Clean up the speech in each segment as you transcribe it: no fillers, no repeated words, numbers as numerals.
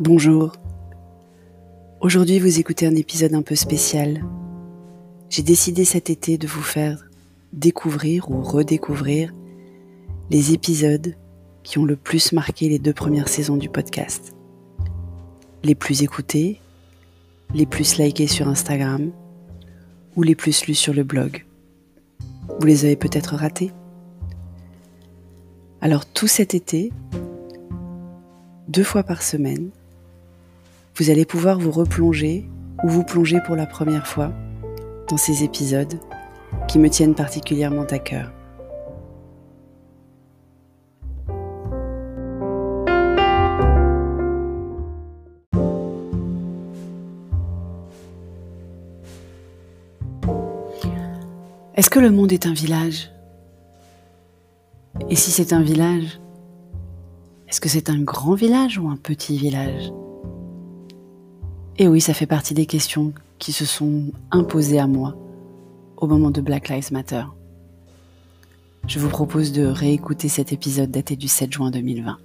Bonjour. Aujourd'hui, vous écoutez un épisode un peu spécial. J'ai décidé cet été de vous faire découvrir ou redécouvrir les épisodes qui ont le plus marqué les 2 premières saisons du podcast. Les plus écoutés, les plus likés sur Instagram ou les plus lus sur le blog. Vous les avez peut-être ratés. Alors tout cet été, 2 fois par semaine, vous allez pouvoir vous replonger ou vous plonger pour la première fois dans ces épisodes qui me tiennent particulièrement à cœur. Est-ce que le monde est un village ? Et si c'est un village, est-ce que c'est un grand village ou un petit village ? Et oui, ça fait partie des questions qui se sont imposées à moi au moment de Black Lives Matter. Je vous propose de réécouter cet épisode daté du 7 juin 2020.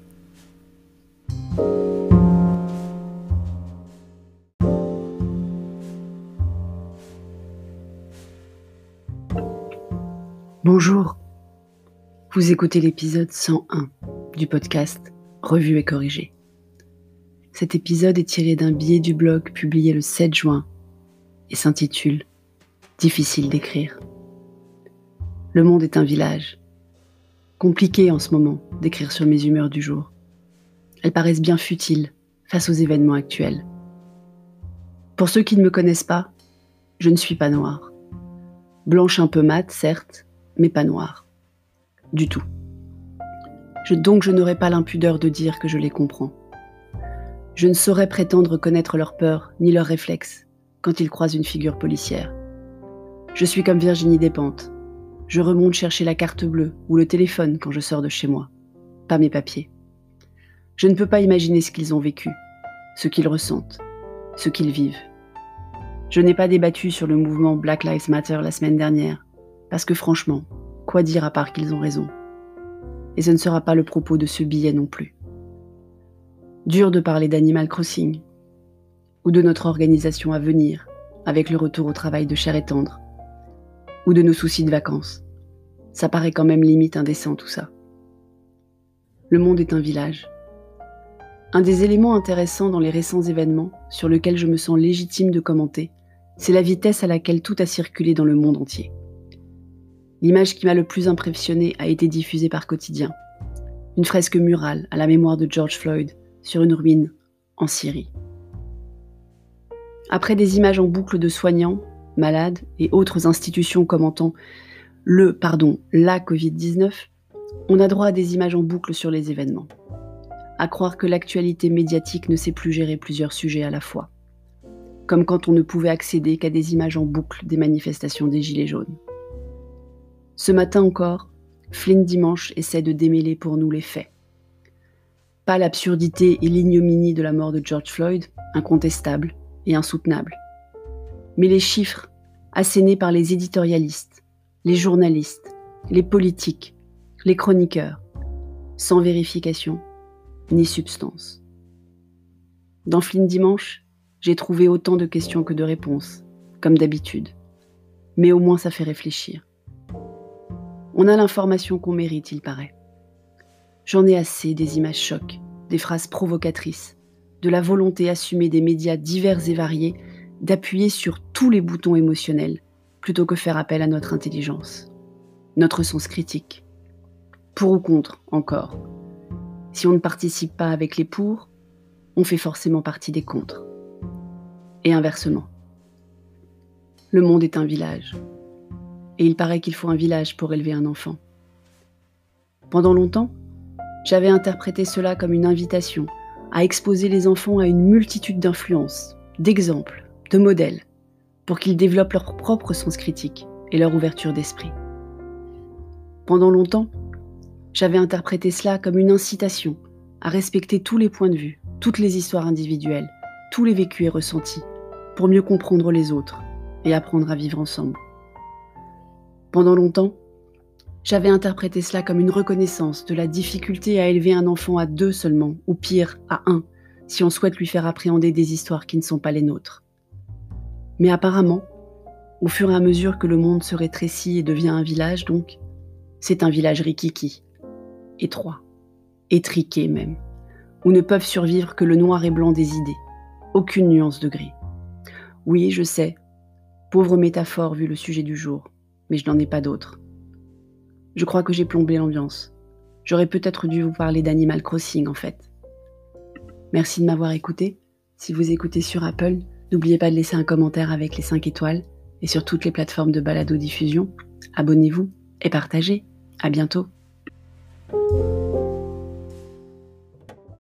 Bonjour, vous écoutez l'épisode 101 du podcast Revu et corrigé. Cet épisode est tiré d'un billet du blog publié le 7 juin et s'intitule « Difficile d'écrire ». Le monde est un village. Compliqué en ce moment d'écrire sur mes humeurs du jour. Elles paraissent bien futiles face aux événements actuels. Pour ceux qui ne me connaissent pas, je ne suis pas noire. Blanche un peu mate, certes, mais pas noire. Du tout. Donc je n'aurai pas l'impudeur de dire que je les comprends. Je ne saurais prétendre connaître leurs peurs ni leurs réflexes quand ils croisent une figure policière. Je suis comme Virginie Despentes. Je remonte chercher la carte bleue ou le téléphone quand je sors de chez moi, pas mes papiers. Je ne peux pas imaginer ce qu'ils ont vécu, ce qu'ils ressentent, ce qu'ils vivent. Je n'ai pas débattu sur le mouvement Black Lives Matter la semaine dernière, parce que franchement, quoi dire à part qu'ils ont raison ? Et ce ne sera pas le propos de ce billet non plus. Dur de parler d'Animal Crossing, ou de notre organisation à venir, avec le retour au travail de Cher et Tendre, ou de nos soucis de vacances. Ça paraît quand même limite indécent tout ça. Le monde est un village. Un des éléments intéressants dans les récents événements, sur lequel je me sens légitime de commenter, c'est la vitesse à laquelle tout a circulé dans le monde entier. L'image qui m'a le plus impressionné a été diffusée par Quotidien. Une fresque murale à la mémoire de George Floyd sur une ruine en Syrie. Après des images en boucle de soignants, malades et autres institutions commentant la Covid-19, on a droit à des images en boucle sur les événements. À croire que l'actualité médiatique ne sait plus gérer plusieurs sujets à la fois. Comme quand on ne pouvait accéder qu'à des images en boucle des manifestations des Gilets jaunes. Ce matin encore, Flynn Dimanche essaie de démêler pour nous les faits. Pas l'absurdité et l'ignominie de la mort de George Floyd, incontestable et insoutenable, mais les chiffres assénés par les éditorialistes, les journalistes, les politiques, les chroniqueurs, sans vérification ni substance. Dans Flynn Dimanche, j'ai trouvé autant de questions que de réponses, comme d'habitude, mais au moins ça fait réfléchir. On a l'information qu'on mérite, il paraît. J'en ai assez des images chocs, des phrases provocatrices, de la volonté assumée des médias divers et variés d'appuyer sur tous les boutons émotionnels plutôt que faire appel à notre intelligence, notre sens critique. Pour ou contre, encore. Si on ne participe pas avec les pour, on fait forcément partie des contre. Et inversement. Le monde est un village. Et il paraît qu'il faut un village pour élever un enfant. Pendant longtemps, j'avais interprété cela comme une invitation à exposer les enfants à une multitude d'influences, d'exemples, de modèles, pour qu'ils développent leur propre sens critique et leur ouverture d'esprit. Pendant longtemps, j'avais interprété cela comme une incitation à respecter tous les points de vue, toutes les histoires individuelles, tous les vécus et ressentis, pour mieux comprendre les autres et apprendre à vivre ensemble. Pendant longtemps, j'avais interprété cela comme une reconnaissance de la difficulté à élever un enfant à 2 seulement, ou pire, à 1, si on souhaite lui faire appréhender des histoires qui ne sont pas les nôtres. Mais apparemment, au fur et à mesure que le monde se rétrécit et devient un village donc, c'est un village rikiki, étroit, étriqué même, où ne peuvent survivre que le noir et blanc des idées, aucune nuance de gris. Oui, je sais, pauvre métaphore vu le sujet du jour, mais je n'en ai pas d'autre. Je crois que j'ai plombé l'ambiance. J'aurais peut-être dû vous parler d'Animal Crossing en fait. Merci de m'avoir écouté. Si vous écoutez sur Apple, n'oubliez pas de laisser un commentaire avec les 5 étoiles et sur toutes les plateformes de balado-diffusion. Abonnez-vous et partagez. À bientôt.